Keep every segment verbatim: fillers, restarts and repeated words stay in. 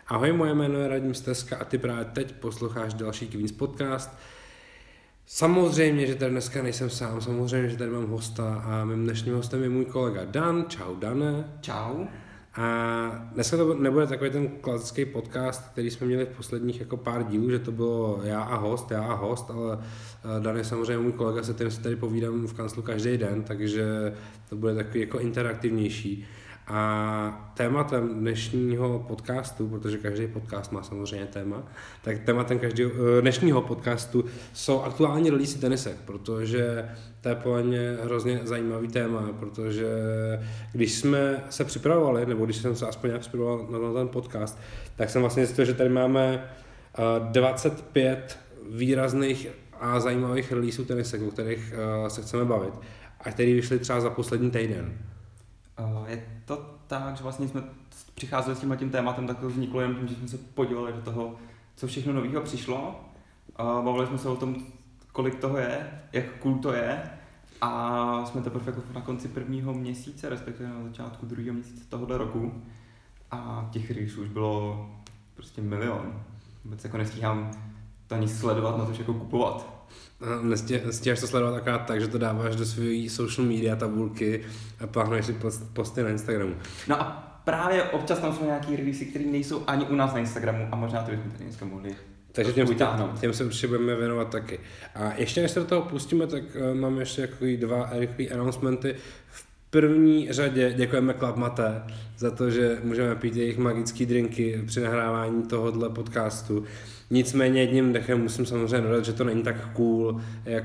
Ahoj, moje jméno je Radim Stezka a ty právě teď posloucháš další Queens podcast. Samozřejmě, že tady dneska nejsem sám, samozřejmě, že tady mám hosta a mým dnešním hostem je můj kolega Dan. Čau, Dane. Čau. A dneska to nebude takový ten klasický podcast, který jsme měli v posledních jako pár dílů, že to bylo já a host, já a host, ale Dan je samozřejmě můj kolega, se kterým se tady povídám v kanclu každý den, takže to bude takový jako interaktivnější. A tématem dnešního podcastu, protože každý podcast má samozřejmě téma, tak tématem každého dnešního podcastu jsou aktuální releasy tenisek, protože to je podle mě hrozně zajímavý téma, protože když jsme se připravovali, nebo když jsem se aspoň nějak připravoval na ten podcast, tak jsem vlastně zjistil, že tady máme dvacet pět výrazných a zajímavých releaseů tenisek, o kterých se chceme bavit a který vyšly třeba za poslední týden. Je to tak, že vlastně jsme přicházeli s tímhle tím tématem, tak to vzniklo jen tím, že jsme se podívali do toho, co všechno nového přišlo. Bavili jsme se o tom, kolik toho je, jak cool to je a jsme teprve jako na konci prvního měsíce, respektive na začátku druhého měsíce tohoto roku a těch releaseů už bylo prostě milion. Vůbec jako nestíhám to ani sledovat, na to jako kupovat. Nestíháš to sledovat akorát tak, že to dáváš do své social media tabulky a plánuješ si posty na Instagramu. No a právě občas tam jsou nějaký releasy, které nejsou ani u nás na Instagramu a možná to bychom tady dneska mohli. Takže těm, těm se určitě budeme věnovat taky. A ještě než se do toho pustíme, tak uh, máme ještě jako dva rychlé announcementy. V první řadě děkujeme Club Mate za to, že můžeme pít jejich magické drinky při nahrávání tohohle podcastu. Nicméně jedním dechem musím samozřejmě dodat, že to není tak cool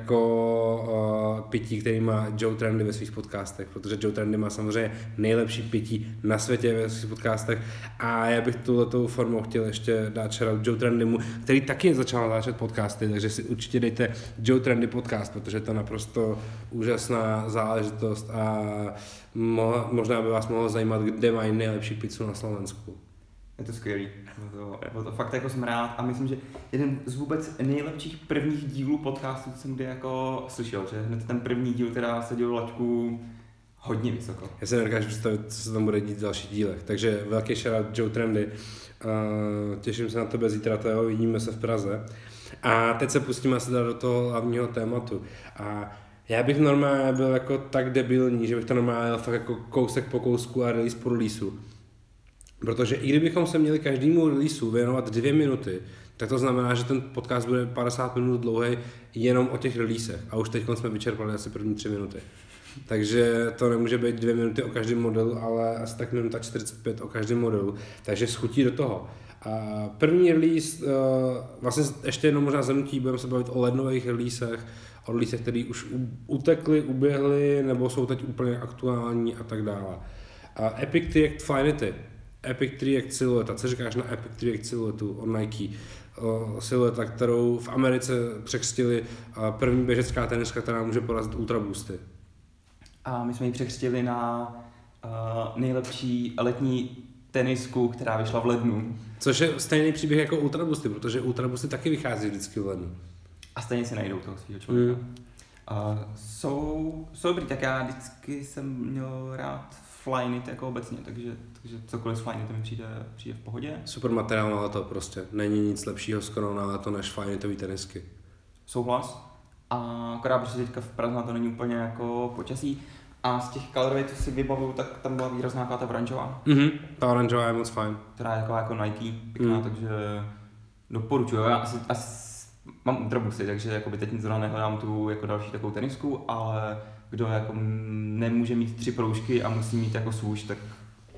jako uh, pití, který má Joe Trendy ve svých podcastech, protože Joe Trendy má samozřejmě nejlepší pití na světě ve svých podcastech a já bych tuhletou formou chtěl ještě dát shoutout Joe Trendymu, který taky začal natáčet podcasty, takže si určitě dejte Joe Trendy podcast, protože to je naprosto úžasná záležitost a mo- možná by vás mohlo zajímat, kde mají nejlepší pizzu na Slovensku. Je to skvělý, to, to, to fakt jako jsem rád a myslím, že jeden z vůbec nejlepších prvních dílů podcastu jsem kdy jako slyšel, že hned ten první díl teda seděl laťku hodně vysoko. Já se nedokážu představit, co se tam bude dít v dalších dílech, takže velký shoutout Joe Trendy, uh, těším se na tebe zítra, to jo, vidíme se v Praze a teď se pustíme se do toho hlavního tématu a já bych normálně byl jako tak debilní, že bych to normálně jel fakt jako kousek po kousku a release po releaseu. Protože i kdybychom se měli každému releaseu věnovat dvě minuty, tak to znamená, že ten podcast bude padesát minut dlouhý jenom o těch releasech. A už teď jsme vyčerpali asi první tři minuty. Takže to nemůže být dvě minuty o každém modelu, ale asi tak minuta čtyřicet pět o každém modelu. Takže schutí do toho. A první release, vlastně ještě jenom možná zhrnutí, budeme se bavit o lednových releasech, o releasech, které už utekly, uběhly, nebo jsou teď úplně aktuální a tak dále. A Epic React Finity. Epic React Silhouette. Co říkáš na Epic React Silhouette od Nike? O, silueta, kterou v Americe překřtili první běžecká teniska, která může porazit Ultra Boosty. A my jsme ji překřtili na uh, nejlepší letní tenisku, která vyšla v lednu. Což je stejný příběh jako Ultra Boosty, protože Ultra Boosty taky vychází vždycky v lednu. A stejně si najdou toho svého člověka. Mm. Uh, jsou, jsou dobrý, tak já vždycky jsem měl rád Flyknit jako obecně, takže, takže cokoliv s Flyknit mi přijde, přijde v pohodě. Super materiál na leto prostě, není nic lepšího skoro na leto než Flyknitový tenisky. Souhlas. A akorát, protože teďka v Praze na to není úplně jako počasí. A z těch colorway, co si vybavuju, tak tam byla výrazná ta oranžová. Mhm, ta oranžová je moc fajn. Která je taková jako Nike, pěkná, mm. takže doporučuji. Já asi, asi mám Ultra Boosty, takže jakoby teď nic zrovna nehledám tu jako další takovou tenisku, ale kdo jako nemůže mít tři proužky a musí mít jako swoosh, tak...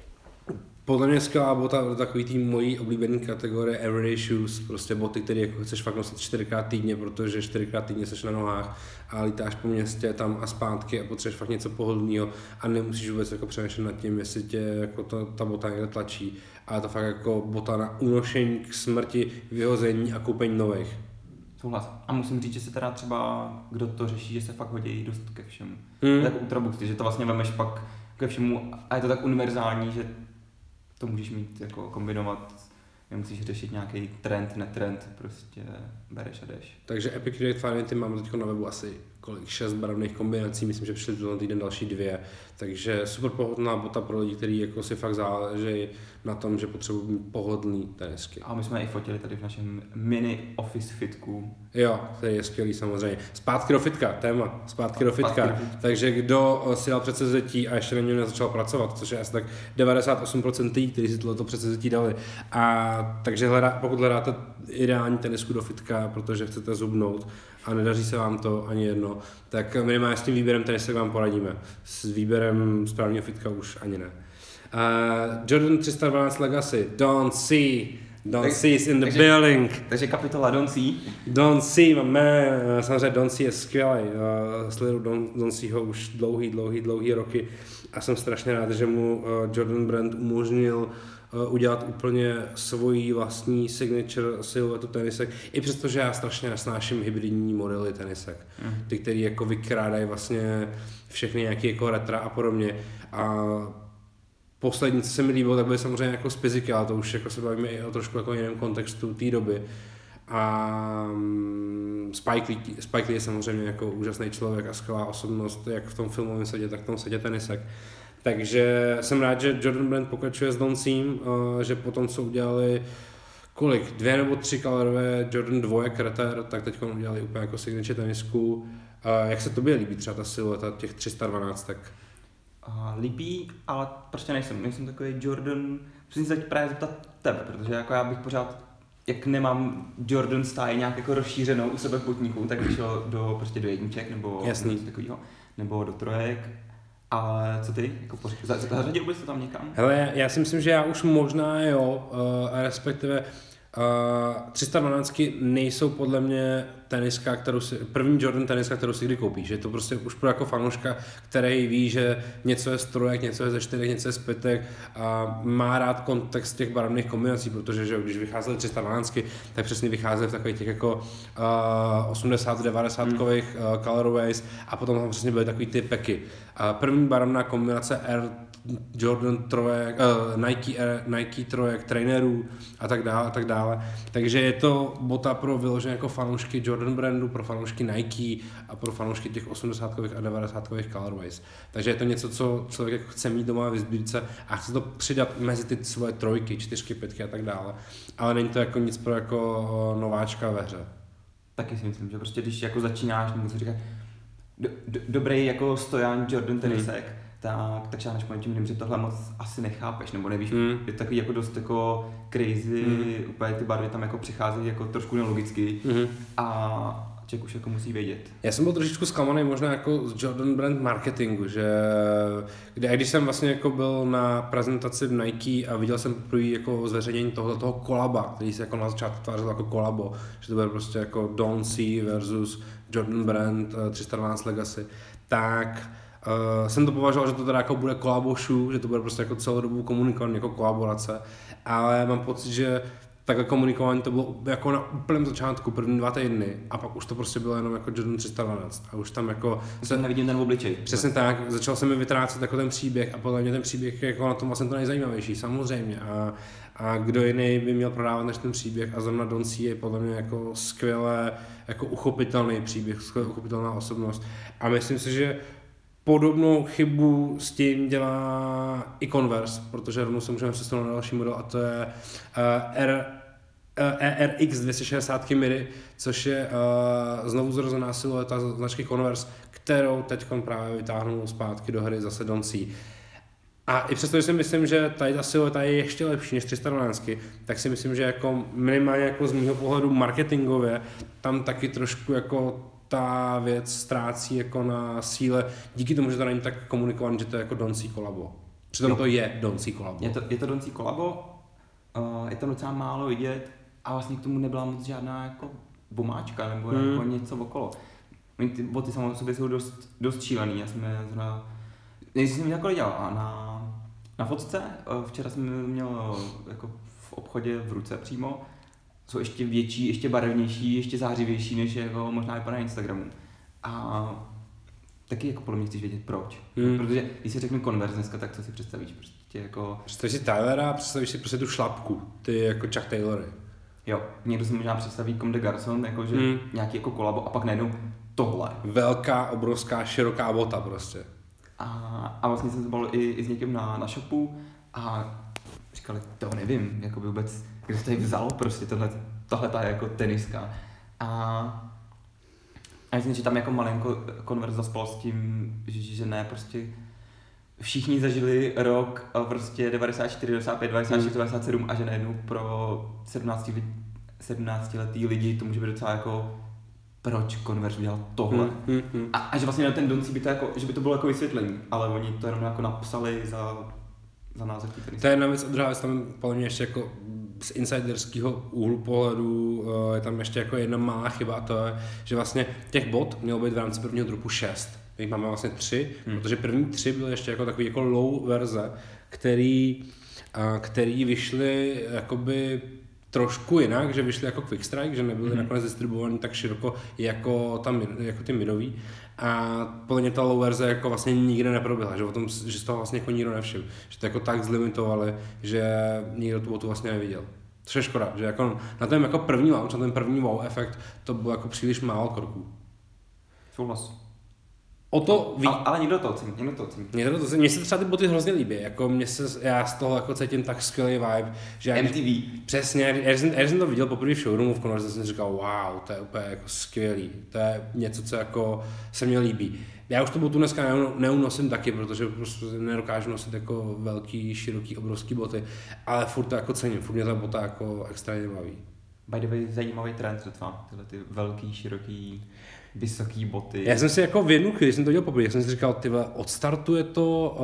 Podle mě skvělá bota do takový tý mojí oblíbený kategorie everyday shoes, prostě boty, které jako chceš fakt nosit čtyřikrát týdně, protože čtyřikrát týdně seš na nohách a lítáš po městě tam a zpátky a potřebuješ fakt něco pohodlného a nemusíš vůbec jako přemýšlet nad tím, jestli tě jako to, ta bota někde tlačí, ale to fakt jako bota na unošení k smrti, vyhození a koupení nových. Souhlas. A musím říct, že se teda třeba, kdo to řeší, že se fakt hodí dost ke všemu. Hmm. Jako Ultra Boosty, že to vlastně vemeš pak ke všemu a je to tak univerzální, že to můžeš mít jako kombinovat, nemusíš řešit nějaký trend, netrend, prostě bereš a jdeš. Takže Epic React Finity máme teď na webu asi kolik, šest barevných kombinací, myslím, že přišly tenhle týden další dvě, takže super pohodlná bota pro lidi, kteří jako si fakt záleží na tom, že potřebují mít pohodlný tenisky. A my jsme i fotili tady v našem mini office fitku. Jo, to je skvělý samozřejmě. Zpátky do fitka, téma, zpátky do fitka. Zpátky do fitka. Takže kdo si dal předsevzetí a ještě na něm nezačal pracovat, což je asi tak devadesát osm procent lidí, kteří si tohleto předsevzetí dali. A takže hledá, pokud hledáte ideální tenisku do fitka, protože chcete zubnout a nedaří se vám to ani jedno, tak minimálně s tím výběrem tenisek vám poradíme. S výběrem správného fitka už ani ne. Uh, Jordan tři sta dvanáct Legacy, don't see, don't tak, see is in the takže, building. Takže kapitola Don't See. Don't see, my man, samozřejmě Don't see je skvělý, uh, sleduju Don't, Don't see ho už dlouhý, dlouhý, dlouhý roky a jsem strašně rád, že mu uh, Jordan Brand umožnil uh, udělat úplně svoji vlastní signature siluetu tenisek, i přesto, že já strašně nesnáším hybridní modely tenisek, mm. ty, který jako vykrádají vlastně všechny nějaké jako retra a podobně. A poslední, co se mi líbilo, tak byly samozřejmě jako z fyziky, ale to už jako se bavíme i o trošku jako jiném kontextu té doby. A Spike Lee, Spike Lee je samozřejmě jako úžasný člověk a skvělá osobnost, jak v tom filmovém světě, tak v tom světě tenisek. Takže jsem rád, že Jordan Brand pokračuje s Don't Seem, že potom, co udělali kolik, dvě nebo tři colorové Jordan dva Creter, tak teď udělali úplně jako signature tenisku. Jak se tobě líbí třeba ta silueta těch tři sta dvanáct? Uh, líbí, ale prostě nejsem, nejsem takový Jordan, musím se teď právě zeptat tebe, protože jako já bych pořád, jak nemám Jordan style nějak jako rozšířenou u sebe v potníku, tak bych šel do, prostě do jedniček nebo Jasný. něco takového, nebo do trojek. Ale co ty? Jako pořád, zařadil bys to tam někam? Hele, já si myslím, že já už možná jo, uh, respektive Uh, tři sta dvanáct nejsou podle mě teniska, kterou si, první Jordan teniska, kterou si kdy koupíš. Je to prostě už pro jako fanouška, který ví, že něco je z trojek, něco je ze čtyřek, něco je z pětek a má rád kontext těch barevných kombinací, protože že, když vycházely tři sta dvanáct, tak přesně vycházely v takových těch jako uh, osmdesát devadesát hmm. uh, colorways a potom tam přesně byly takový ty peky. Uh, první barevná kombinace Air Jordan trojek, uh, Nike, Air, Nike trojek, trainerů a tak dále a tak dále. Takže je to bota pro vyložené jako fanoušky Jordan brandu, pro fanoušky Nike a pro fanoušky těch osmdesátkových a devadesátkových colorways. Takže je to něco, co člověk jako chce mít doma ve sbírce a chce to přidat mezi ty svoje trojky, čtyřky, pětky a tak dále. Ale není to jako nic pro jako nováčka ve hře. Taky si myslím, že prostě když jako začínáš, nebo co říkat, do, do, dobrý jako stojan Jordan tenisek, hmm. tak, tak šáhneš po něčím jiným, že tohle moc asi nechápeš, nebo nevíš, mm. je to takový jako dost jako crazy, mm. úplně ty barvy tam jako přicházejí jako trošku nelogicky mm. a člověk už jako musí vědět. Já jsem byl trošičku zklamaný možná jako z Jordan Brand marketingu, že kde, když jsem vlastně jako byl na prezentaci v Nike a viděl jsem poprvé jako zveřejnění tohoto toho kolaba, který se jako na začátku tvářil jako kolabo, že to bude prostě jako Don't See versus Jordan Brand tři sta dvanáct Legacy, tak Uh, jsem to považoval, že to teda jako bude kolabo shoe, že to bude prostě jako celou dobu komunikovaný jako kolaborace, ale mám pocit, že takhle komunikování to bylo jako na úplném začátku, první dva týdny a pak už to prostě bylo jenom jako Jordan tři sta dvanáct a už tam jako se nevidím ten obličej. Přesně tak, začal se mi vytrácet jako ten příběh a podle mě ten příběh je jako na tom vlastně to nejzajímavější, samozřejmě a, a kdo jiný by měl prodávat než ten příběh a zrovna Don't See je podle mě jako skvěle jako uchopitelný příběh, skvěle uchopitelná osobnost a myslím si, že podobnou chybu s tím dělá i Converse, protože rovnou se můžeme přesunout na další model a to je uh, R, uh, E R X dvě stě šedesát Midi, což je uh, znovu zrozená silueta značky Converse, kterou teď právě vytáhnul zpátky do hry zase Don't See. A i přesto, že si myslím, že tady ta silueta je ještě lepší než tři sta dvanáct, tak si myslím, že jako minimálně jako z mýho pohledu marketingově tam taky trošku jako ta věc ztrácí jako na síle, díky tomu, že to není tak komunikované, že to je jako Don't See kolabo. Přitom jo. To je Don't See kolabo. Je to, je to Don't See kolabo, uh, je tam docela málo vidět a vlastně k tomu nebyla moc žádná jako bomáčka nebo hmm. jako něco okolo. Ty boty samozřejmě jsou dost, dost šílený, já jsem je zrovna, než jsem jako dělal a na, na fotce, uh, včera jsem měl jako v obchodě v ruce přímo, jsou ještě větší, ještě barevnější, ještě zářivější, než jako možná vypadá na Instagramu. A taky jako podle mě chceš vědět proč. Hmm. Protože když si řeknu Converse dneska, tak co si představíš? Prostě jako... Představíš si Tylera, představíš si prostě tu šlapku, ty jako Chuck Taylory. Jo, někdo si možná představí Comme des Garçons, jako že hmm. nějaký jako kolabo a pak najednou tohle. Velká, obrovská, široká bota prostě. A, a vlastně jsem se bavil i, i s někým na, na shopu a říkali, to nevím, jako by vůbec, kde se tady vzalo prostě tohle, tohle ta jako teniska. A, a myslím, že tam jako malinko Converse zaspal s tím, že, že ne, prostě všichni zažili rok prostě devadesát čtyři, devadesát pět, devadesát šest, devadesát sedm a že najednou pro sedmnáctiletý lidi to může být docela jako proč Converse udělal tohle. Hmm, hmm, hmm. A, a že vlastně na ten Donci by to jako, že by to bylo jako vysvětlení, ale oni to jenom jako napsali za, za název té tenisky. To je jedna věc a druhá věc, tam podle mě ještě jako z insiderského úhlu pohledu je tam ještě jako jedna malá chyba a to je, že vlastně těch bot mělo být v rámci prvního dropu šest. My máme vlastně tři, hmm. protože první tři byly ještě jako takový jako low verze, který, který vyšly jakoby trošku jinak, že vyšly jako Quick Strike, že nebyly mm. nakonec distribuovaný tak široko jako, tam, jako ty midový. A podle mě ta low verze jako vlastně nikde neproběhla, že, o tom, že z toho vlastně jako nikdo nevšiml. Že to jako tak zlimitovali, že nikdo tu botu vlastně neviděl. Což je škoda, že jako na ten jako první launch, na ten první wow efekt, to bylo jako příliš málo kroků. Souhlas. O to ví... ale, ale někdo to ocení, někdo to ocení. Mně to, to, mně se třeba ty boty hrozně líbí, jako mě se, já z toho jako cítím tak skvělý vibe, že M T V. Přesně, já jsem, já jsem to viděl poprvé v showroomu v Converse, jsem říkal, wow, to je úplně jako skvělý, to je něco, co jako se mně líbí. Já už tu botu dneska neunosím taky, protože prostě nedokážu nosit jako velký, široký, obrovský boty, ale furt to jako cením, furt mě ta bota jako extrémně baví. By the way, zajímavý trend třeba, tyhle ty velký, široký, vysoký boty. Já jsem si jako v jednu chvíli, když jsem to dělal poprvé, jsem si říkal, tyhle, odstartuje to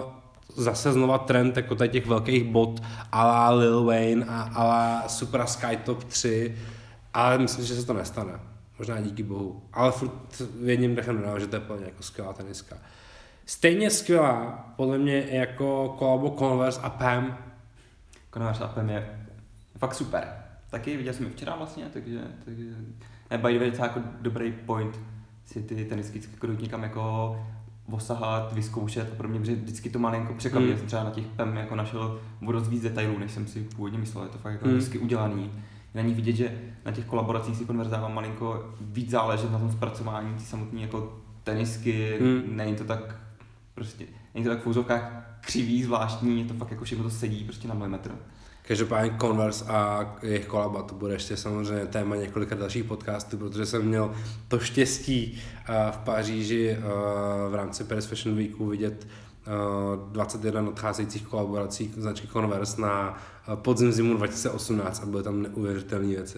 uh, zase znova trend jako tady těch velkých bot a la Lil Wayne a a la Supra Skytop tři, ale myslím, že se to nestane. Možná díky bohu. Ale furt v jedním dechem nedávám, že to je plně jako skvělá teniska. Stejně skvělá, podle mě, jako kolabo Converse a P A M. Converse a P A M je fakt super. Taky viděl jsem je včera vlastně, takže, takže ne, by the way, to je jako dobrý point si ty tenisky jako někam jako osahat, vyzkoušet a pro mě vždycky to malinko překvapí. Hmm. Já jsem třeba na těch P A M jako našel o dost víc detailů, než jsem si původně myslel, je to fakt jako hmm. hezky udělaný. Na ní vidět, že na těch kolaboracích si Converse dává malinko víc záležet na tom zpracování ty samotné jako tenisky, hmm. není to tak prostě, není to tak v úzovkách křivý, zvláštní, je to fakt jako všechno to sedí prostě na milimetr. Každopádně Converse a jejich kolaba, to bude ještě samozřejmě téma několika dalších podcastů, protože jsem měl to štěstí v Paříži v rámci Paris Fashion Weeku vidět dvacet jedna nadcházejících kolaborací značky Converse na podzim zimu dva tisíce osmnáct a byly tam neuvěřitelné věci.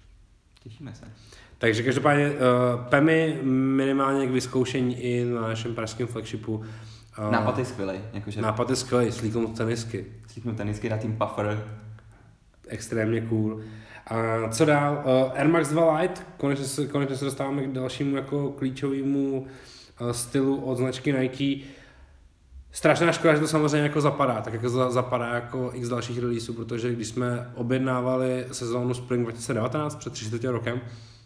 Těšíme se. Takže každopádně P A M y minimálně k vyzkoušení i na našem pražském flagshipu. Nápad je skvělej. Jakože... Nápad je skvělej, slíknout tenisky. Slíknout tenisky, dát jim puffer. Extrémně cool. A co dál? Uh, Air Max dva Lite, konečně se, konečně se dostáváme k dalšímu jako klíčovému uh, stylu od značky Nike. Strašná škoda, že to samozřejmě jako zapadá, tak jako za, zapadá jako x dalších releaseů, protože když jsme objednávali sezónu Spring dva tisíce devatenáct před třiceti rokem,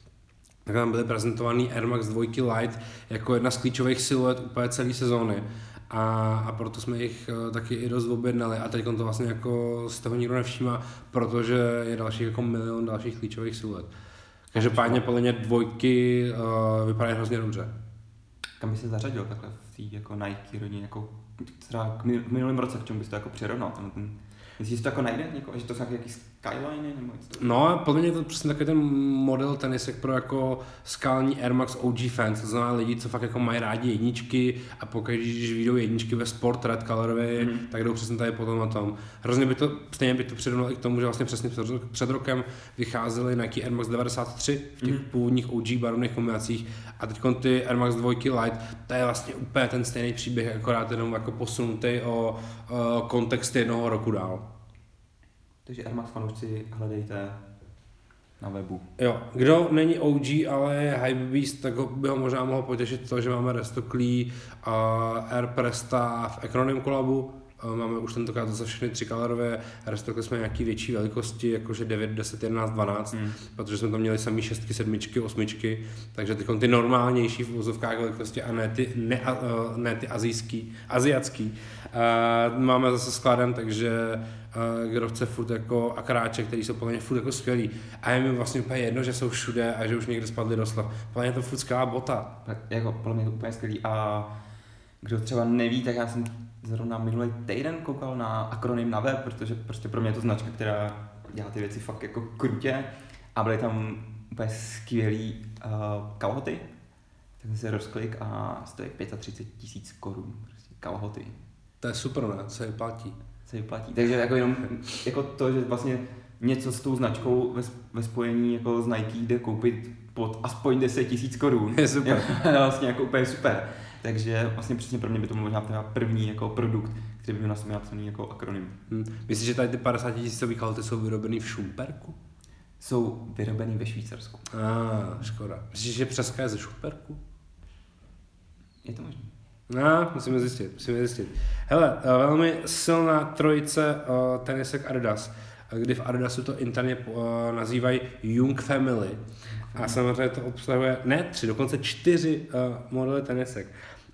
tak tam byly prezentovaný Air Max dva Lite jako jedna z klíčových siluet úplně celé sezóny. A, a proto jsme jich uh, taky i dost objednali a teď to vlastně jako z toho nikdo nevšímá, protože je dalších jako milion dalších klíčových siluet. Každopádně podle mě dvojky uh, vypadají hrozně dobře. Kam by se zařadil takhle v té jako Nike rodině, jako třeba v minulém roce, k čemu bys to jako přirovnal? Ten, ten, myslíš, že to jako najde někoho, že to jsou nějaký Skyline nebo něco? No, podle mě je to přesně takový ten model tenisek pro jako skalní Air Max O G fans, to znamená lidi, co fakt jako mají rádi jedničky a pokud když vyjdou jedničky ve Sport Red Colorway, mm. tak jdou přesně tady potom na tom. Hrozně by to, stejně by to přirovnalo i k tomu, že vlastně přesně před, před rokem vycházely Nike Air Max devadesát tři v těch mm. původních O G barevných kombinacích a teď ty Air Max dva Lite, to je vlastně úplně ten stejný příběh, akorát jenom jako posunutý o, o kontext jednoho roku dál. Takže Air Max fanoušci hledejte na webu. Jo, kdo není O G, ale je Hypebeast, tak ho, by ho možná mohl potěšit to, že máme restoklý uh, Air Presta v Acronym kolabu, máme už tentokrát zase všechny tři colorové, respektive jsme nějaký větší velikosti, jakože devět, deset, jedenáct, dvanáct, mm. protože jsme tam měli samý šestky, sedmičky, osmičky, takže teď ty normálnější v vozovkách velikosti a ne ty, ne, ne ty azijský, aziatský. Uh, máme zase skladem, takže uh, kdo chce furt jako akráče, který jsou podle mě furt jako skvělý. A je mi vlastně úplně jedno, že jsou všude a že už někde spadly do slav. Podle mě je to furt skvělá bota. Tak jako podle mě je to úplně skvělý a kdo třeba neví, tak já jsem zrovna minulý týden koukal na akronym na web, protože prostě pro mě je to značka, která dělá ty věci fakt jako krutě a byly tam úplně skvělý uh, kalhoty, tak jsem se rozklik a stojí třicet pět tisíc korun, prostě kalhoty. To je super, ne? Se vyplatí. Se vyplatí, takže jako jenom jako to, že vlastně něco s tou značkou ve, ve spojení jako s Nike jde koupit pod aspoň deset tisíc korun. Je super. Je vlastně jako úplně super. Takže vlastně přesně pro mě by to byl možná první jako produkt, který by byl na sobě napsaný jako akronym. Hmm. Myslíš, že tady ty padesát tisícový kalhoty jsou vyrobeny v Šumperku? Jsou vyrobeny ve Švýcarsku. Ah, škoda. Myslíš, že přeska je ze Šumperku? Je to možné. No, musíme zjistit, musíme zjistit. Hele, velmi silná trojice uh, tenisek Adidas, kdy v Adidasu to interně uh, nazývají Young Family. A samozřejmě to obsahuje ne tři, dokonce čtyři uh, modely tenisek.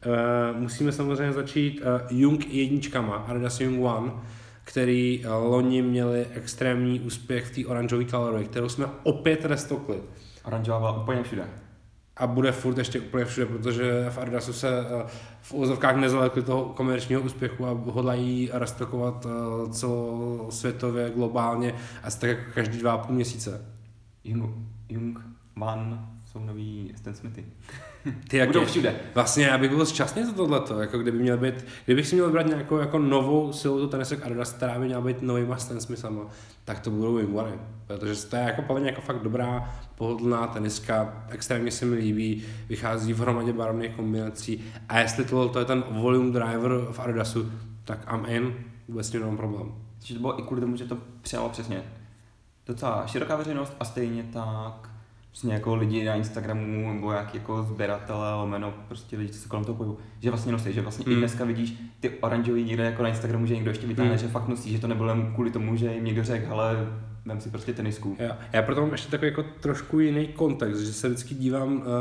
Uh, musíme samozřejmě začít uh, Young jedničkama, Adidas Young One, který uh, loni měli extrémní úspěch v té oranžové kalorii, kterou jsme opět restokli. Oranžová byla úplně všude. A bude furt ještě úplně všude, protože v Adidasu se uh, v úvozovkách nezalekli toho komerčního úspěchu a hodlají restokovat uh, celosvětově, globálně, asi tak jako každý dva a půl měsíce. Young, Young One jsou nový Stan Smithy. Ty jak budou všude. Vlastně já bych byl šťastný za tohleto, jako kdyby měl být, kdybych si měl vybrat nějakou jako novou silu tenisek Adidas, která by měla být novýma Stan Smithama, tak to budou Young One, protože to je jako podle mě jako fakt dobrá, pohodlná teniska, extrémně se mi líbí, vychází v hromadě barevných kombinací a jestli tohle to je ten volume driver v Adidasu, tak I'm in, vůbec nemám problém. Že to bylo i kvůli tomu, že to přijalo přesně docela široká veřejnost a stejně tak vlastně jako lidi na Instagramu nebo nějaký jako sběratele, lomeno, prostě lidi, co se kolem toho pohybu, že vlastně nosí, že vlastně mm. i dneska vidíš ty oranžový někde jako na Instagramu, že někdo ještě vytáhne, mm. že fakt nosí, že to nebylo jen kvůli tomu, že jim někdo řekl, hele, vem si prostě tenisku. Já, já proto mám ještě takový jako trošku jiný kontext, že se vždycky dívám, uh, uh,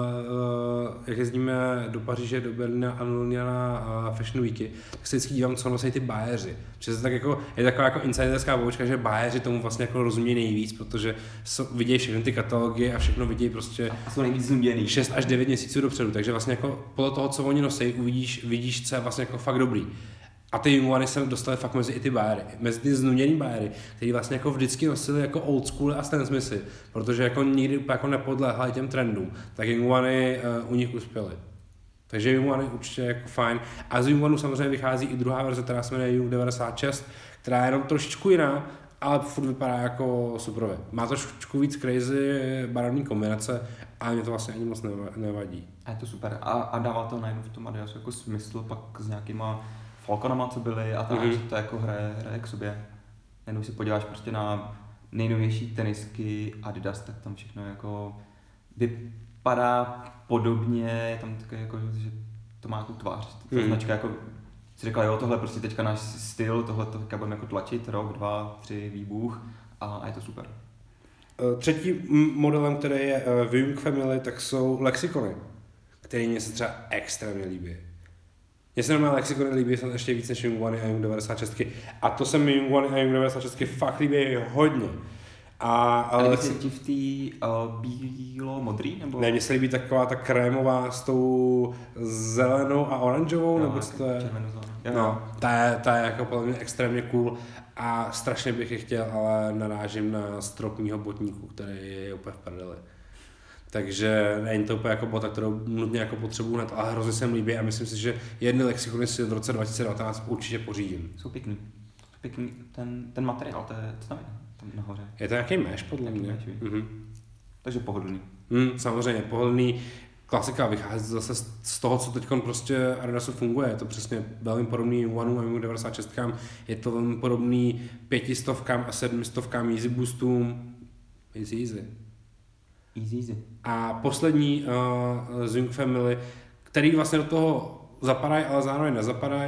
jak jezdíme do Paříže, do Berlína a na uh, Fashion Weeky, tak se vždycky dívám, co nosí ty bajeři. Že se tak jako, je taková jako insiderská poučka, že bajeři tomu vlastně jako rozumí nejvíc, protože so, vidějí všechny ty katalogy a všechno vidějí prostě a jsou nejvíc znuděný. šest až devět měsíců dopředu, takže vlastně jako podle toho, co oni nosí, uvidíš, vidíš, co je vlastně jako fakt dobrý. A ty Young One se dostaly fakt mezi i ty bajery, mezi ty znuděný bajery, který vlastně jako vždycky nosili jako old school a Stan Smithy, protože jako nikdy úplně jako nepodléhali těm trendům, tak Young One uh, u nich uspěly. Takže Young One určitě jako fajn. A z Young One samozřejmě vychází i druhá verze, která se jmenuje Young devadesát šest, která je jenom trošičku jiná, ale furt vypadá jako superové. Má trošičku víc crazy barevný kombinace, ale mě to vlastně ani moc nevadí. A je to super. A, a dává to najednou v tom Adidasu jako smysl pak s nějakýma Falconama, co byly a tak, mm-hmm. že to jako hraje, hraje k sobě. Jenom si podíváš prostě na nejnovější tenisky Adidas, tak tam všechno jako vypadá podobně, je tam takový jako, že to má jako tvář. Ta mm. značka jako si řekla, jo, tohle prostě teďka náš styl, tohle to teďka budeme jako tlačit, rok, dva, tři, výbuch a, a je to super. Třetí modelem, který je v Young Family, tak jsou lexikony, které mě se třeba extrémně líbí. Mně se normálně lexikony líbí snad ještě víc než Young One a Young devadesát šest. A to se mi Young One a Young devadesát šest fakt líbí hodně. A, ale líbí se ti v té uh, bílo-modrý? Nebo? Ne, mně se líbí taková ta krémová s tou zelenou a oranžovou, no, nebo to je... Jo, no, ta je, ta je jako podle mě extrémně cool a strašně bych je chtěl, ale narážím na strop mýho botníku, který je úplně v prdeli. Takže není to úplně jako bota, kterou nutně jako potřebuji hned, ale hrozně se mi líbí a myslím si, že jedny lexikony si v roce dva tisíce devatenáct určitě pořídím. Jsou pěkný. Pěkný ten, ten materiál, to je co tam nahoře. Je to nějaký mesh podle mě. Mhm. Takže pohodlný. Mm, samozřejmě, pohodlný. Klasika vychází zase z toho, co teď prostě Adidasu funguje. Je to přesně velmi podobný One a Young devadesát šest, je to velmi podobný pětistovkám a sedmistovkám Easy Boostům. Easy, easy. Easy, easy. A poslední uh, z Young Family, který vlastně do toho zapadají, ale zároveň nezapadají,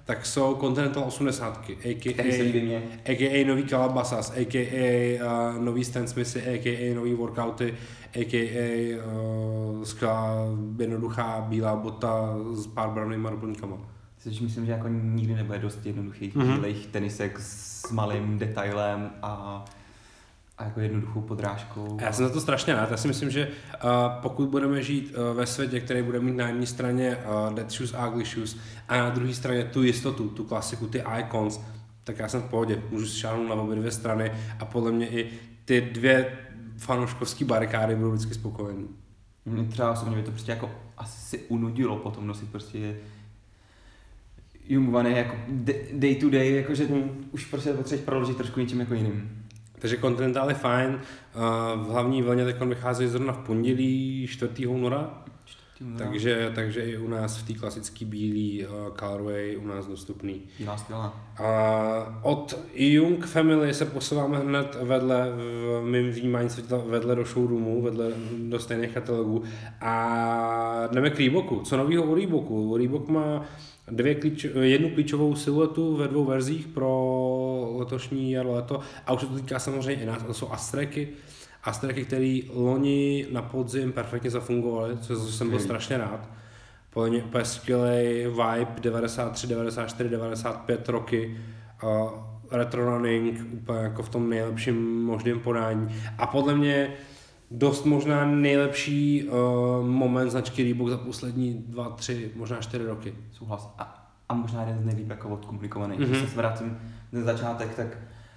tak jsou Continental osmdesátky, Který se líbí mě. a k a nový Calabasas, a k a uh, nový Stan Smithy, a k a nový workouty, a k a uh, skvělá, jednoduchá bílá bota s pár branýma doplňkama. Což myslím, že jako nikdy nebude dost jednoduchých mm-hmm. bílejch tenisek s malým detailem a, a jako jednoduchou podrážkou. Já jsem za to strašně rád. Já si myslím, že uh, pokud budeme žít uh, ve světě, který bude mít na jedné straně uh, dead shoes, ugly shoes a na druhé straně tu jistotu, tu klasiku, ty icons, tak já jsem v pohodě. Můžu si šáhnout na obě dvě strany a podle mě i ty dvě fanouškovské barikády budou vždycky spokojení. Mě třeba osobně by to prostě jako asi unudilo potom nosit prostě Jungmany jako day to day, jakože hmm. už prostě potřebuješ proložit trošku něčím jako jiným. Takže Continental je fajn, v hlavní vlně teď vychází zrovna v pondělí čtvrtého února, takže, takže i u nás v té klasické bílé uh, colorway u nás dostupný. Bílá skvělá. A od Jung Family se posouváme hned vedle, v mým vnímání světla, vedle do showroomu, vedle do stejných katalogů a jdeme k Reeboku. Co novýho u Reeboku? Reebok má dvě klíč, jednu klíčovou siluetu ve dvou verzích pro letošní jaro leto a už se to týká samozřejmě i nás, to jsou Astreky. Astreky, které loni na podzim perfektně zafungovaly, což jsem byl strašně rád. Po ně úplně skvělej vibe devadesát tři, devadesát čtyři, devadesát pět roky, uh, retro running úplně jako v tom nejlepším možném podání a podle mě dost možná nejlepší uh, moment značky Reebok za poslední dva, tři, možná čtyři roky. Souhlas. A, a možná jeden z nejlíp jako odkomunikovaných. Mm-hmm. Když se vrátím na začátek, tak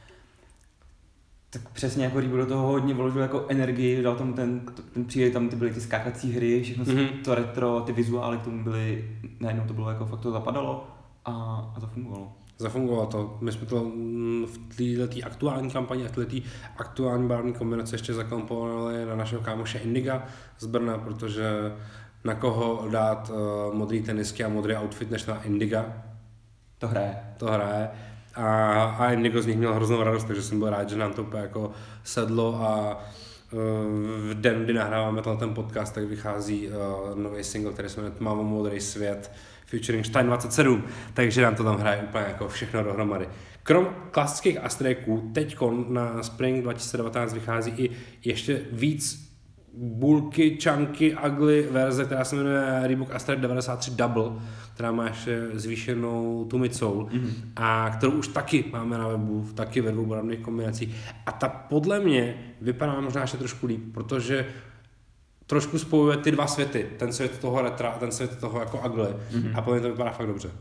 tak přesně jako Reebok do toho hodně vložil jako energii, dal tomu ten, ten příjel, tam ty byly ty skákací hry, všechno mm-hmm. to retro, ty vizuály k tomu byly, najednou to bylo jako fakt to zapadalo a, a to fungovalo. Zafungovalo to. My jsme to v této aktuální kampani a v této aktuální barevné kombinace ještě zakomponovali na našeho kámoše Indiga z Brna, protože na koho dát uh, modrý tenisky a modrý outfit než na Indiga. To hraje. To hraje. A, a Indigo z nich měl hroznou radost, takže jsem byl rád, že nám to úplně jako sedlo a uh, v den, kdy nahráváme ten podcast, tak vychází uh, nový single, který se jmenuje Tmavomodrý svět, featuring Stein dvacet sedm, takže nám to tam hraje úplně jako všechno dohromady. Krom klasických Astreků, teďko na Spring dva tisíce devatenáct vychází i ještě víc bulky, chunky, ugly verze, která se jmenuje Reebok Astrek devadesát tři Double, která má ještě zvýšenou tu midsole mm-hmm. a kterou už taky máme na webu, taky ve dvou barevných kombinacích. A ta podle mě vypadá možná ještě trošku líp, protože trošku spojuje ty dva světy, ten svět toho retra a ten svět toho jako ugly mm-hmm. a podle mě to vypadá fakt dobře.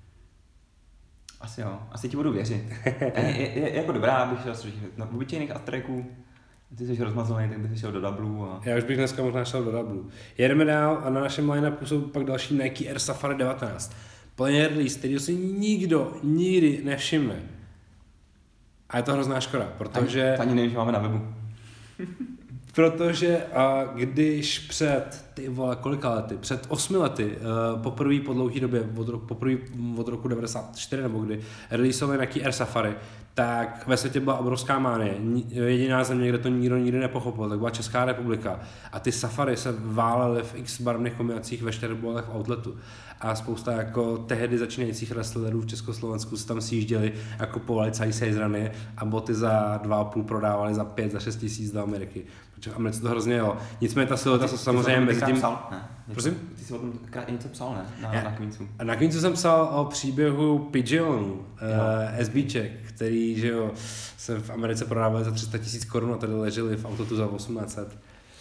Asi jo, asi ti budu věřit. je, je, je, jako dobrá, abych šel na obyčejných Astreků. Ty jsi rozmazlený, tak bych šel do Doubleu. A... Já už bych dneska možná šel do Doubleu. Jedeme dál a na našem line-upu jsou pak další Nike Air Safari devatenáct. Plně release, který si nikdo nikdy nevšimne. A je to hrozná škoda, protože... Ani, ani nevím, že máme na webu. Protože a když před, ty vole, kolika lety, před osmi lety, uh, poprvé po dlouhé době, od roku, poprvé od roku devadesát čtyři nebo kdy, releaseovali Nike Air Safari, tak ve světě byla obrovská mánie. Jediná země, kde to nikdo nikdy nepochopil, tak byla Česká republika. A ty Safari se válely v x barevných kombinacích ve čtyřbolech v outletu. A spousta jako tehdy začínajících wrestlerů v Československu se tam sjížděli a kupovali celý sejzrany a boty za dva a půl prodávali za pět, za šest tisíc do Ameriky. Protože v Americe to hrozně jelo. Nicméně ta silota se samozřejmě mezi tím... Psal? Ne. Prosím? Ty jsi o tom něco psal, ne? Na, Já, na Queensu. Na Queensu jsem psal o příběhu Pigeonu, uh, SBček, který, že jo, se v Americe prodávali za tři sta tisíc korun a tady leželi v autotu za osmnáct set.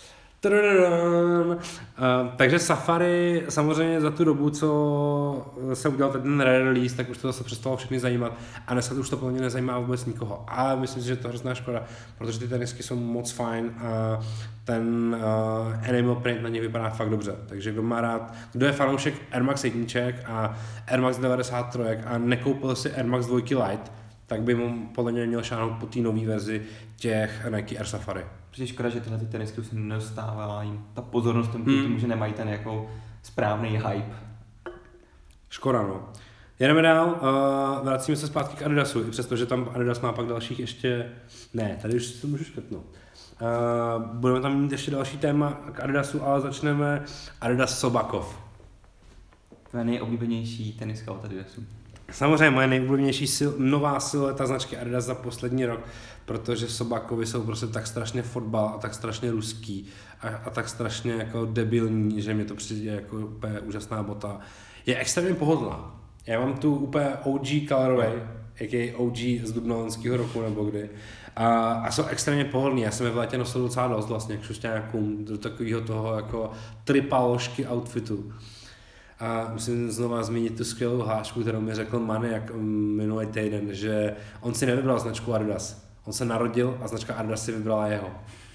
Uh, takže Safari samozřejmě za tu dobu, co se udělal ten re-release, tak už to zase přestalo všechny zajímat a dneska už to plně nezajímá vůbec nikoho. Ale myslím si, že to je hrozná škoda, protože ty tenisky jsou moc fajn a ten uh, animal print na ně vypadá fakt dobře. Takže kdo má rád, kdo je fanoušek Air Max jedniček a Air Max devadesát tři a nekoupil si Air Max dva Lite, tak by mu podle mě měl šáhnout po té nové verzi těch Nike Air Safari. Protože škoda, že tyhle ty tenisky už se nedostává jim ta pozornost tomu, hmm. tomu, že nemají ten jako správný hype. Škoda, no. Jedeme dál, uh, vracíme se zpátky k Adidasu, i přesto, že tam Adidas má pak dalších ještě... Ne, tady už si to můžu škrtnout. Uh, budeme tam mít ještě další téma k Adidasu, ale začneme Adidas Sobakov. To je nejoblíbenější teniska od Adidasu. Samozřejmě moje nejoblíbenější sil, nová silueta značky Adidas za poslední rok, protože Sobakovy jsou prostě tak strašně fotbal a tak strašně ruský a, a tak strašně jako debilní, že mě to přijde jako úplně úžasná bota. Je extrémně pohodlná. Já mám tu úplně O G colorway, a k a. O G z dubna loňského roku nebo kdy. A, a jsou extrémně pohodlný. Já jsem je v létě nosil docela dost vlastně k šušťákům, do takového toho jako tripaložky outfitu. A musím znova zmínit tu skvělou hlášku, kterou mi řekl Maniak minulý týden, že on si nevybral značku Adidas. On se narodil a značka Adidas si vybrala jeho.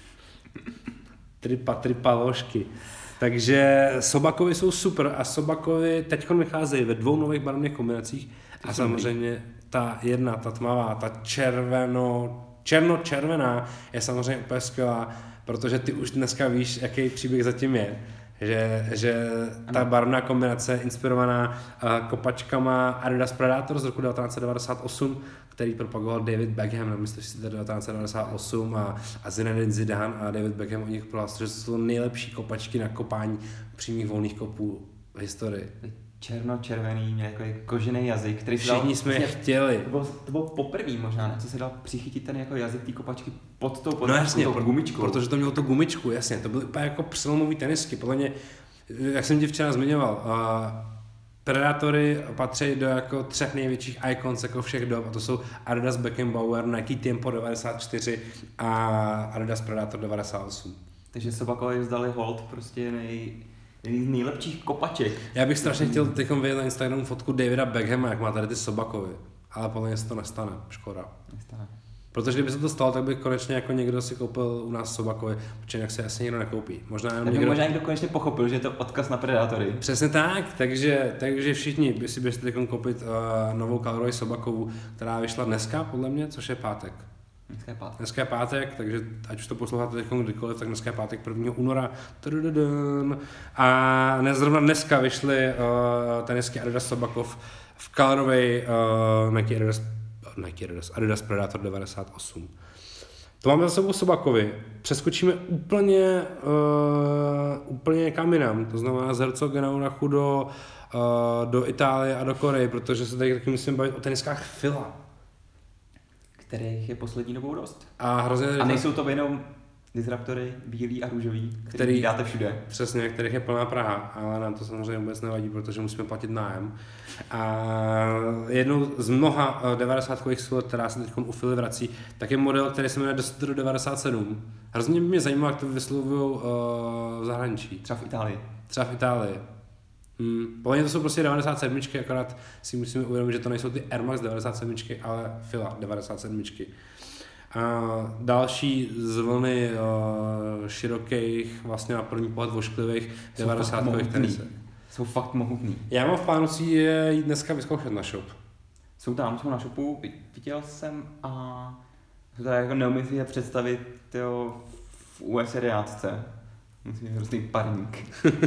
Tripa, tripa ložky. Takže Sobakovy jsou super a Sobakovy teď vycházejí ve dvou nových barevných kombinacích a samozřejmě ta jedna, ta tmavá, ta červeno, černo-červená je samozřejmě úplně skvělá, protože ty už dneska víš, jaký příběh zatím je. Že, že ta barevná kombinace je inspirovaná uh, kopačkama Adidas Predator z roku devatenáct set devadesát osm, který propagoval David Beckham na mistrovství devatenáct set devadesát osm a, a Zinedine Zidane a David Beckham o nich prohlásil, že jsou nejlepší kopačky na kopání přímých volných kopů v historii. Černo-červený, měl jako kožený jazyk, který se dal... Všichni jsme je chtěli. To bylo, to bylo poprvé možná, ne? Co se dal přichytit ten jako jazyk té kopačky pod tou, pod no jasně, tou gumičkou. Protože to mělo tu gumičku, jasně, to byly úplně jako přelomový tenisky, podle mě, jak jsem ti včera zmiňoval, uh, Predatory patří do jako třech největších icons jako všech dob, a to jsou Adidas Beckenbauer, Nike Tempo devadesát čtyři a Adidas Predator devadesát osm. Takže Sobakovi vzdali hold prostě nej... jedný z nejlepších kopaček. Já bych strašně chtěl teď vidět na Instagramu fotku Davida Beckhama, jak má tady ty Sobakovy, ale podle mě se to nestane, škoda. Nestane. Protože kdyby se to stalo, tak by konečně jako někdo si koupil u nás Sobakovy, protože jinak se asi nikdo nekoupí. Možná jenom tak někdo... možná někdo konečně pochopil, že je to odkaz na Predatory. Přesně tak, takže, takže všichni by si běžte teď koupit uh, novou Colorway Sobakovu, která vyšla dneska, podle mě, což je pátek. Dneska je pátek. Dneska je pátek, takže ať už to posloucháte teď kdykoliv, tak dneska je pátek prvního února. Tudududun. A ne, zrovna dneska vyšly uh, tenisky Adidas Sobakov v Colorway uh, Nike Adidas, Nike Adidas, Adidas Predator devadesát osm. To máme za sebou Sobakovi. Přeskočíme úplně, uh, úplně někam jinam, to znamená z Herzogenaurachu do, uh, do Itálie a do Koreje, protože se tady taky musím bavit o teniskách Fila. Kterých je poslední dobou dost. A, hrozně, a nejsou to jenom disruptory bílý a růžový, který, který dáte všude. Přesně, kterých je plná Praha, ale nám to samozřejmě vůbec nevadí, protože musíme platit nájem. A jednou z mnoha devadesátkových siluet, která se teď u Fily vrací, tak je model, který se jmenuje Destro devadesát sedm. Hrozně by mě zajímalo, jak to vyslovují uh, v zahraničí. Třeba v Itálii. Třeba v Itálii. Hmm. Podle to jsou prostě devadesát sedm, akorát si musíme uvědomit, že to nejsou ty Air Max devadesát sedm, ale Fila devadesát sedm. A další z vlny uh, širokých, vlastně na první pohled vošklivých devadesátkových tenisek. Jsou fakt mohutný. Já mám v plánu si je jít dneska vyzkoušet na shop. Jsou tam, jsou na shopu, viděl jsem a to jako neumím si je představit tyjo, v U S jedenáct. Myslím, že hrozný parník.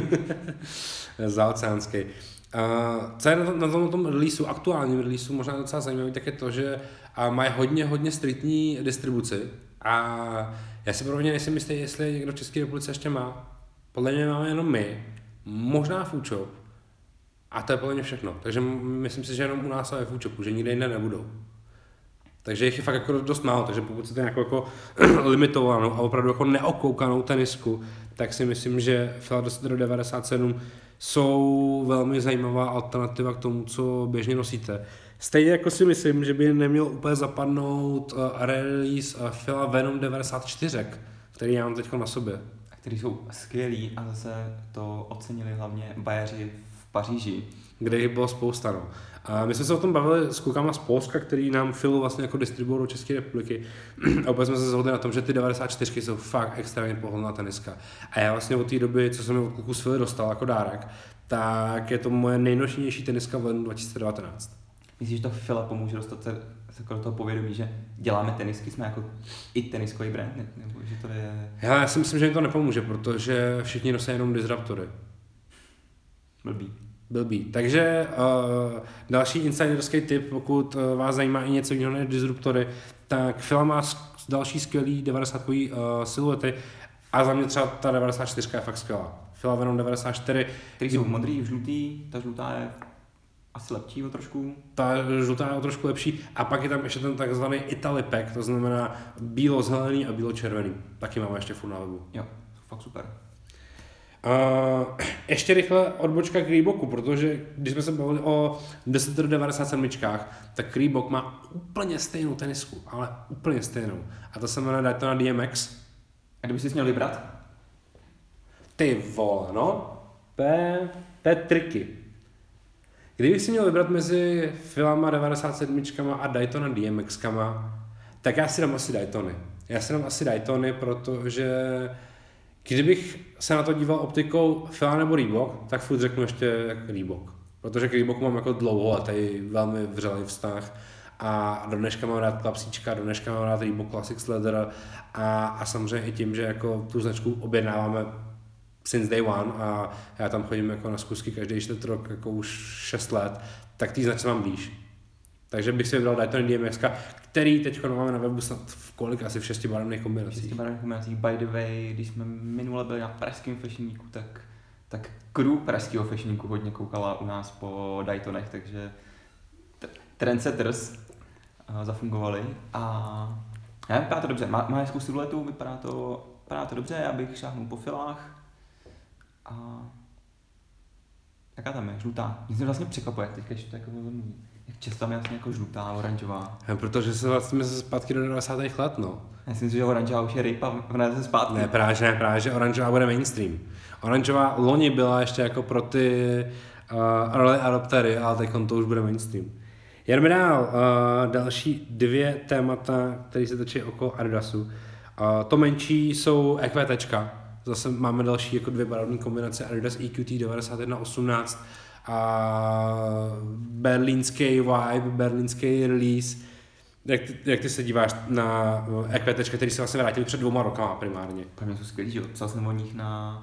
Zaoceánský. Uh, co je na tom, na tom, tom releaseu, aktuálním releaseu možná docela zajímavý, tak je to, že uh, mají hodně, hodně striktní distribuci a já si pro mě nejsem jistý, jestli někdo v České republice ještě má. Podle mě máme jenom my, možná Foodshop a to je podle mě všechno. Takže myslím si, že jenom u nás je Foodshopu, že nikde jinde nebudou. Takže jich je fakt jako dost málo, takže pokud jste nějakou jako limitovanou a opravdu jako neokoukanou tenisku, tak si myslím, že Fila devadesát sedm jsou velmi zajímavá alternativa k tomu, co běžně nosíte. Stejně jako si myslím, že by neměl úplně zapadnout uh, release uh, Fila Venom devadesát čtyři, který já mám teď na sobě. A který jsou skvělí a zase to ocenili hlavně bajeři v Paříži. Kde jich bylo spousta, no. A my jsme se o tom bavili s klukama z Polska, který nám Filu vlastně jako distribuují do České republiky. A opět jsme se shodli na tom, že ty devadesát čtyři jsou fakt extrémně pohodlná teniska. A já vlastně od té doby, co jsem od kluků z Fily dostal jako dárek, tak je to moje nejnošnější teniska v lednu dva tisíce devatenáct. Myslíš, že to Fila pomůže dostat se do toho povědomí, že děláme tenisky, jsme jako i teniskový brand, nebo že to je... Já, já si myslím, že jim to nepomůže, protože všichni nosí jenom disruptory. Blbý. Blbý. Takže uh, další insiderský tip, pokud uh, vás zajímá i něco jiného než disruptory, tak Fila má další skvělý devadesátkový uh, siluety a za mě třeba ta devadesát čtyři je fakt skvělá. Fila Venom devadesát čtyři. Který jsou modrý, žlutý, ta žlutá je asi lepší o trošku. Ta žlutá je o trošku lepší. A pak je tam ještě ten takzvaný Italy Pack, to znamená bílo-zelený a bílo-červený. Taky máme ještě furt na webu. Jo, fakt super. Uh, ještě rychle odbočka k Reeboku, protože když jsme se bavili o deset devadesát sedm, tak Reebok má úplně stejnou tenisku, ale úplně stejnou. A to se jmenuje Daytona D M X. A kdyby jsi měl vybrat? Ty vole, no. To je, to je triky. Kdybych si měl vybrat mezi Filama devadesát sedm a Daytona D M X, tak já si dám asi Daytony. Já si dám asi Daytony, protože kdybych se na to díval optikou Fila nebo Reebok, tak furt řeknu ještě Reebok. Protože k Reeboku mám jako dlouholetý, velmi vřelý vztah. A do dneška mám rád klapsíčka, do dneška mám rád Reebok Classics Leather a, a samozřejmě i tím, že jako tu značku objednáváme since day one a já tam chodím jako na zkusky každý čtvrt rok jako už šest let, tak tý značce mám blíž. Takže bych si vybral Daytona D M X, který teď máme na webu snad v kolik, asi v šesti barevných kombinacích. šesti barevných kombinacích, by the way, když jsme minule byli na pražském Fashion Weeku, tak, tak crew pražského Fashion Weeku hodně koukala u nás po Daytonech, takže t- trendsetters uh, zafungovali a já, vypadá to dobře, má, má hezkou siluetu, vypadá to, vypadá to dobře, já bych šáhnul po filách a jaká tam je, žlutá, mě se vlastně překvapuje, jak teďka to jako mluví. Jak často tam je vlastně jako žlutá, oranžová. Ja, protože se vlastně se zpátky do devadesátých let, no. Já si myslím, že oranžová už je ryb a vrne se zpátky. Ne, právě, ne, právě, že oranžová bude mainstream. Oranžová loni byla ještě jako pro ty uh, early adoptery, ale teď to už bude mainstream. Jdeme dál. Uh, další dvě témata, které se točí okolo Adidasu. Uh, to menší jsou EQTčka. Zase máme další jako dvě barevné kombinace Adidas E Q T devadesát jedna osmnáct a berlínský vibe, berlínský release. Jak ty, jak ty se díváš na EQTčka, který se vlastně vrátili před dvouma rokama primárně? Pro mě jsou skvělý, že jo? Psal jsem o nich na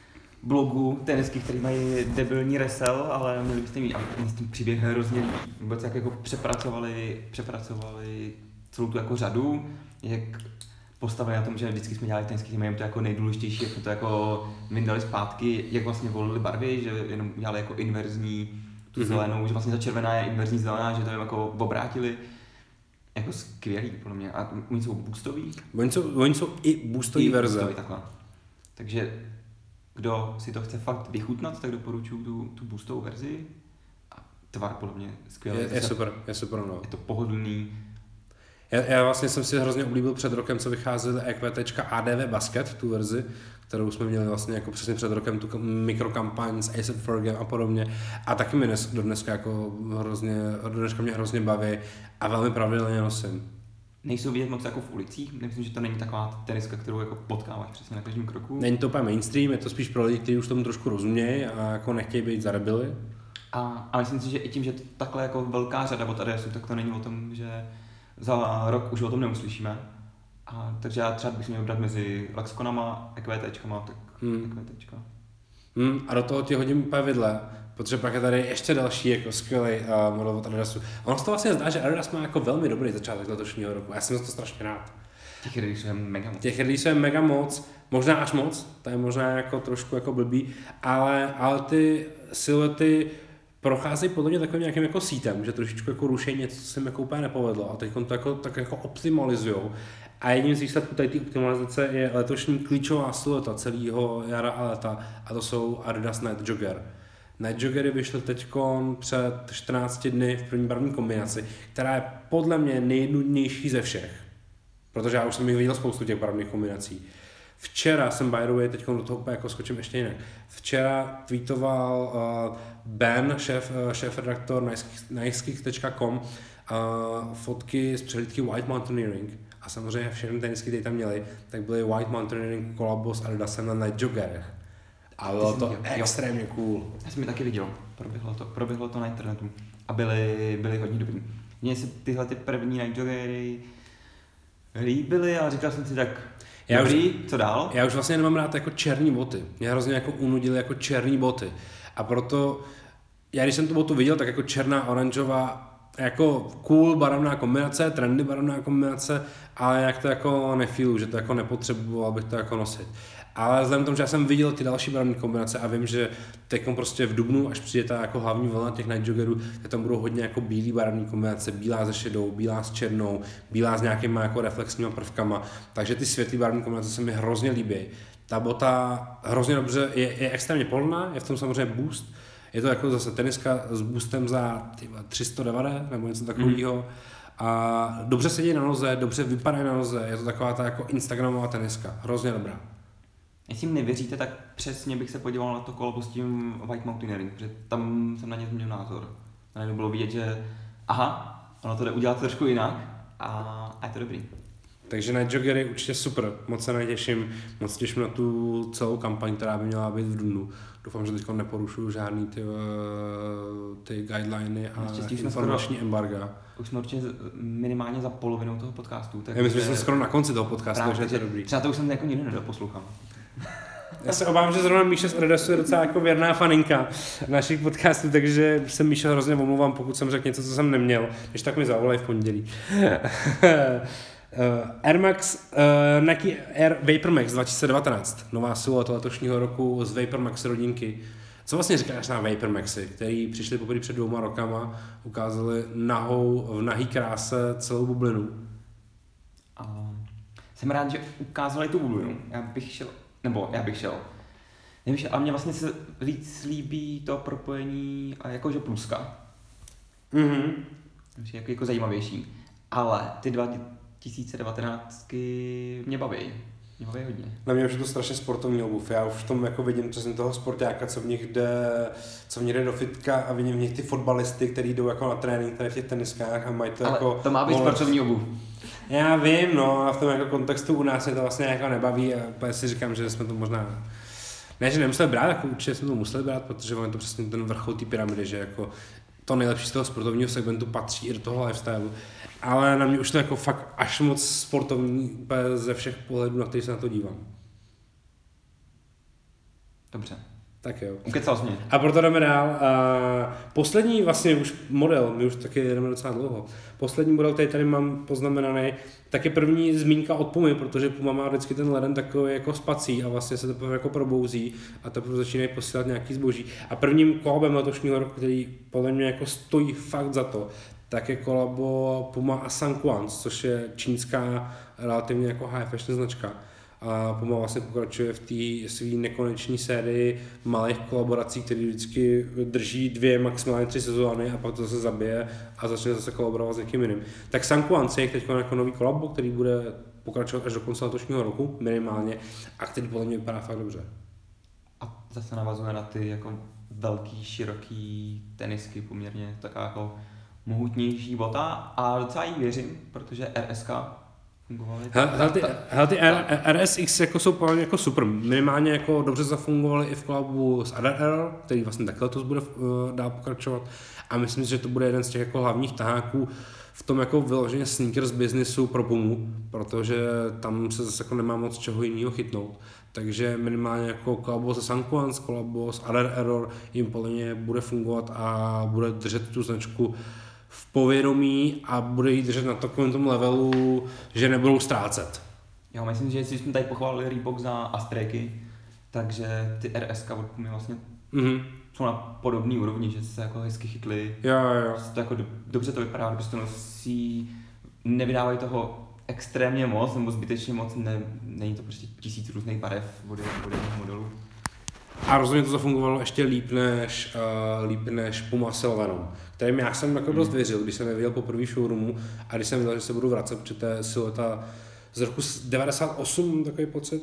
blogu tenisky, který mají debilní resell, ale měli byste mít, a mě s tím příběh hrozně vůbec jak jako přepracovali, přepracovali celou tu jako řadu, jak postavili na tom, že vždycky jsme dělali tenisky, tím to jako nejdůležitější, jak to jako vyndali zpátky, jak vlastně volili barvy, že jenom dělali jako inverzní tu zelenou, mm-hmm. že vlastně ta červená je inverzní zelená, že to jim jako obrátili. Jako skvělý, podle mě. A oni jsou boostový. Oni jsou, oni jsou i boostový verze. Boostový, takhle. Takže kdo si to chce fakt vychutnat, tak doporučuji tu, tu boostovou verzi. A tvar podle mě skvělý. Je, je super, je super, no. Je to pohodlný. Já, já vlastně jsem si hrozně oblíbil před rokem, co vycházely EQTčka A D V Basket, tu verzi, kterou jsme měli vlastně jako přesně před rokem, tu mikrokampaň s A$ej Fergem a podobně. A taky mi dnes, do dneska jako hrozně, do dneska mě hrozně baví a velmi pravidelně nosím. Nejsou vidět moc jako v ulicích, myslím, že to není taková teniska, kterou jako potkáváš přesně na každém kroku. Není to úplně mainstream, je to spíš pro lidi, kteří už tomu trošku rozumějí a jako nechtějí být zarebili. A, a myslím si, že i tím, že to takhle jako velká řada od Adidasu, tak to není o tom, že za rok už o tom neuslyšíme. A, takže já třeba bych měl vybrat mezi Lexconama, EQTčkama, tak hmm. EQTčka. Hmm, a do toho ti hodím úplně vidle, protože pak je tady ještě další jako skvělý uh, model od Adidasu. Ono se to vlastně zdá, že Adidas má jako velmi dobrý začátek letošního roku. Já jsem za to strašně rád. Těch releaseů je mega moc. Těch releaseů je mega moc, možná až moc, to je možná jako trošku jako blbý, ale, ale ty silhouety procházejí podle mě takovým nějakým jako sítem, že trošičku jako ruší něco, co se mi jako úplně nepovedlo a teď to jako, tak jako optimalizujou. A jedním z výsledků tady té optimalizace je letošní klíčová silueta celého jara a léta a to jsou Adidas Night Jogger. Night Joggery vyšly teď před čtrnácti dny v první barevní kombinaci, která je podle mě nejnudnější ze všech, protože já už jsem jich viděl spoustu těch barevných kombinací. Včera jsem, by the way, teď do toho úplně jako skočím ještě jinak. Včera tweetoval uh, Ben, šéf, uh, šéf-redaktor Nike tečka com uh, fotky z přehlídky White Mountaineering. A samozřejmě všechny tenisky, které tam měli, tak byly White Mountaineering kolabo s Adidasem na Night Joggerech. A bylo to viděl. Extrémně cool. Já jsem je taky viděl, proběhlo to, proběhlo to na internetu a byly, byly hodně dobrý. Mně se tyhle ty první Night Joggery líbily, ale říkal jsem si tak, já dobrý, už, co dál? Já už vlastně nemám rád jako černý boty. Mě hrozně jako unudily jako černý boty. A proto, já když jsem tu botu viděl, tak jako černá, oranžová, jako cool barevná kombinace, trendy barevná kombinace, ale jak to jako nefílu, že to jako nepotřebuji, abych to jako nosit. Ale vzhledem k tomu, že já jsem viděl ty další barevné kombinace a vím, že teď prostě v dubnu, až přijde ta jako hlavní vlna těch night joggerů, tak tam budou hodně jako bílý barevné kombinace, bílá se šedou, bílá s černou, bílá s nějakýma jako reflexníma prvkama, takže ty světlý barevné kombinace se mi hrozně líbí. Ta bota hrozně dobře, je, je extrémně polná, je v tom samozřejmě boost, je to jako zase teniska s boostem za tyba, tři sta devadesát nebo něco takového. Mm. A dobře sedí na noze, dobře vypadají na noze, je to taková ta jako instagramová teniska, hrozně dobrá. Jestli mi nevěříte, tak přesně bych se podíval na to kolabo s tím White Mountaineering, protože tam jsem na ně změnil názor. A najednou bylo vidět, že aha, ono to jde udělat trošku jinak a, a je to dobrý. Takže Night Jogger je určitě super, moc se netěším, moc těším na tu celou kampaň, která by měla být v dubnu. Doufám, že teď neporušuju žádný ty, ty guideliny a informační skoro, embarga. Už jsme určitě minimálně za polovinou toho podcastu. Tak Já myslím, že jsme skoro na konci toho podcastu, právě, takže je to dobrý. Třeba to už jsem jako nikdy nedoposlouchal. Já se obávám, že zrovna Míša z Adidasu je docela jako věrná faninka našich podcastů, takže se Míša hrozně omlouvám, pokud jsem řekl něco, co jsem neměl, když tak mi zavolej v pondělí. Uh, Air Max, uh, Nike Air Vapor Max dva tisíce devatenáct, nová silueta letošního roku z Vapor Max rodinky. Co vlastně říkáš na Vapor Maxy, který přišli poprvé před dvouma rokama, ukázali nahou, v nahý kráse celou bublinu? Uh, jsem rád, že ukázali tu bublinu. Já bych šel, nebo já bych šel. Nevím, a mně vlastně se víc líbí to propojení a jakože pluska. Mhm. Jako, jako zajímavější. Ale ty dva tisíce devatenáct mě baví. Mě baví hodně. Na mě už je to strašně sportovní obuv. Já už v tom jako vidím přesně toho sportáka, co v nich jde, co v nich jde do fitka a vidím v nich ty fotbalisty, kteří jdou jako na trénink tady v těch teniskách a mají to ale jako... to má být sportovní obuv. Já vím, no a v tom jako kontextu u nás mě to vlastně jako nebaví a já si říkám, že jsme to možná... Ne, že nemuseli brát, jako určitě jsme to museli brát, protože on je to přesně ten vrchol té pyramidy, že jako to nejlepší z toho sportovního segmentu patří i do toho lifestylu. Ale na mě už to jako fakt až moc sportovní ze všech pohledů, na který se na to dívám. Dobře. Tak jo. Ukecal jsi mě. A proto jdeme dál. A poslední vlastně už model, my už taky jdeme docela dlouho. Poslední model, který tady mám poznamenaný, tak je první zmínka od Pumy, protože Puma má vždycky ten leden takový jako spací a vlastně se teprve jako probouzí a teprve začínají posílat nějaký zboží. A prvním kolabem letošního roku, který podle mě jako stojí fakt za to, tak je kolabo Puma a Sankuans, což je čínská relativně jako high fashion značka. A Puma vlastně pokračuje v té své nekonečné sérii malých kolaborací, které vždycky drží dvě, maximálně tři sezóny a pak to zase zabije a začne zase kolaborovat s někým jiným. Tak Sankuans je teď jako nový kolabo, který bude pokračovat až do konce letošního roku minimálně a který podle mě vypadá fakt dobře. A zase navazuje na ty jako velký, široký tenisky, poměrně taková jako mohutnější bota a docela jí věřím, protože R S K fungovaly. Hele ty, hele, ty R, R S X jako jsou poměrně jako super, minimálně jako dobře zafungovaly i v kolabu s Other Error, který vlastně takhle letos bude uh, dál pokračovat a myslím si, že to bude jeden z těch jako hlavních taháků v tom jako vyloženě sneakers businessu pro Pumu, protože tam se zase jako nemá moc čeho jiného chytnout. Takže minimálně jako kolabo se Sankuans, kolabo s Other Error jim podle mě bude fungovat a bude držet tu značku v povědomí a bude jí držet na takovém tom levelu, že nebudou ztrácet. Jo, myslím, že jestli jsme tady pochválili Reebok za Astraiky, takže ty R S K od Pumy vlastně mm-hmm. jsou na podobný úrovni, že se jako hezky chytli. Jo, jo. To jako do, dobře to vypadá, když to nosí, nevydávají toho extrémně moc, nebo zbytečně moc, ne, není to prostě tisíc různých barev od jedných modelů. A rozhodně to zafungovalo ještě líp než, uh, líp než Puma Sylvenom, kterým já jsem jako dost věřil, když jsem neviděl po první showroomu a když jsem viděl, že se budu vracet, protože to je silueta z roku devadesát osm, takový pocit,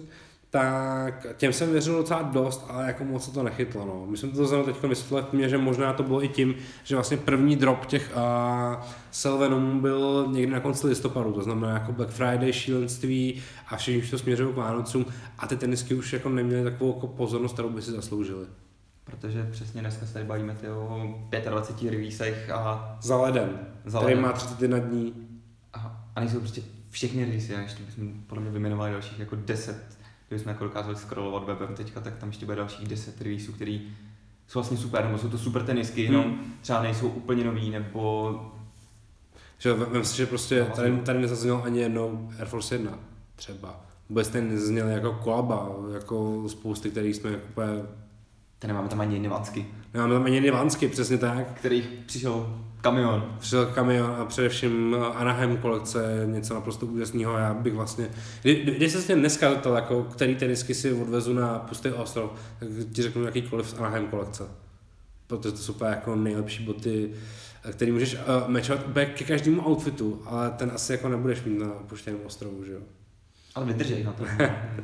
tak těm jsem věřil docela dost, ale jako moc se to nechytlo. No. Myslím, to znamená teď vysvětlit mě, že možná to bylo i tím, že vlastně první drop těch uh, Sylvenumů byl někdy na konci listopadu, to znamená jako Black Friday, šílenství a všichni už to směřují k Vánocům a ty tenisky už jako neměly takovou jako pozornost, kterou by si zasloužili. Protože přesně dneska se tady bavíme o dvaceti pěti releasech a... Za ledem, za který ledem. Má třicet jedna dní. Aha. A nejsou prostě všechny releasy, a ještě bychom podle mě vyjmenovali dalších jako deset. Kdybychom jako dokázali scrollovat webem teďka, tak tam ještě bude dalších deset releaseů, který jsou vlastně super, nebo jsou to super tenisky, jenom hmm. třeba nejsou úplně nový, nebo Že vem si, že prostě No, tady, tady nezazněl ani jednou Air Force jedna třeba. Vůbec tady nezazněl jako kolaba, jako spousty, kterých jsme jako úplně... Tady nemáme tam ani Nivansky. Nemáme tam ani Nivansky, přesně tak. Kterých přišel kamion. Přišel kamion a především Anaheim kolekce, něco naprosto úžasného. Já bych vlastně, kdy, když se vlastně dneska zeptal, jako, který tenisky si odvezu na pustý ostrov, tak ti řeknu jakýkoliv z Anaheim kolekce. Protože to jsou úplně jako nejlepší boty, který můžeš uh, matchovat úplně ke každému outfitu, ale ten asi jako nebudeš mít na opuštěném ostrovu, že jo. Ale vydržej na to.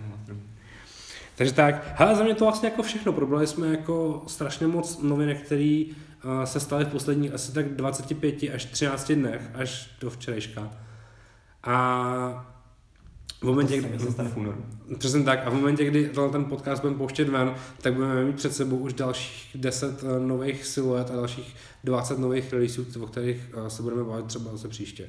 Takže tak, hele, za mě to vlastně jako všechno. Probrali jsme jako strašně moc novinek, které uh, se staly v posledních asi tak dvaceti pěti až třinácti dnech, až do včerejška. A v momentě, kdy se stane v únoru. Přesně tak. A v momentě, kdy ten podcast budeme pouštět ven, tak budeme mít před sebou už dalších deset uh, nových siluet a dalších dvacet nových releaseů, o kterých uh, se budeme bavit třeba zase příště.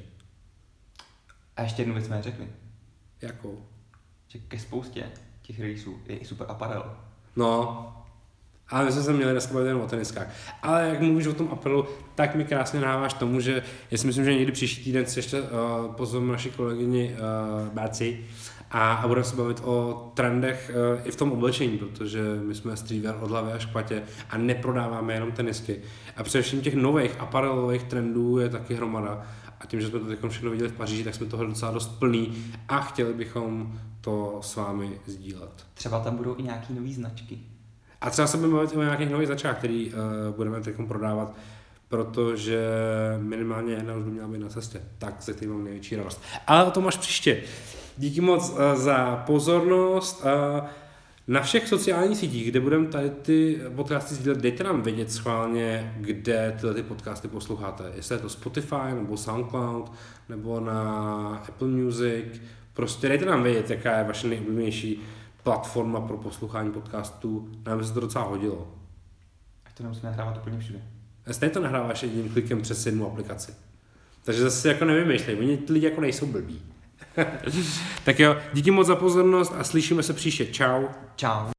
A ještě jednu věc jsme neřekli. Jakou? Že ke spoustě těch releaseů je i super aparel. No, ale my jsme se měli dneska bavit jen o teniskách. Ale jak mluvíš o tom apelu, tak mi krásně náváš tomu, že já si myslím, že někdy příští týden si ještě uh, pozveme naši kolegyni uh, Báci a, a budeme se bavit o trendech uh, i v tom oblečení, protože my jsme streetwear od hlavy až k patě a neprodáváme jenom tenisky. A především těch nových aparelových trendů je taky hromada. A tím, že jsme to teď všechno viděli v Paříži, tak jsme toho docela dost plný a chtěli bychom to s vámi sdílet. Třeba tam budou i nějaký nový značky. A třeba se budeme bavit o nějakých nových značkách, který uh, budeme teď prodávat, protože minimálně jedna už by měla být na cestě. Tak se tím mám největší radost. Ale o tom až příště. Díky moc uh, za pozornost. Uh, na všech sociálních sítích, kde budeme tady ty podcasty sdílet, dejte nám vědět schválně, kde tyhle ty podcasty posloucháte. Jestli je to Spotify, nebo SoundCloud, nebo na Apple Music. Prostě dejte nám vědět, jaká je vaše nejoblíbenější platforma pro poslouchání podcastů. Nám by se to docela hodilo. Ať to nemusíme nahrávat úplně všude. A stejně to nahráváš jedním klikem přes jednu aplikaci. Takže zase jako nevymýšlej, oni ty lidi jako nejsou blbí. Tak jo, díky moc za pozornost a slyšíme se příště. Čau. Čau.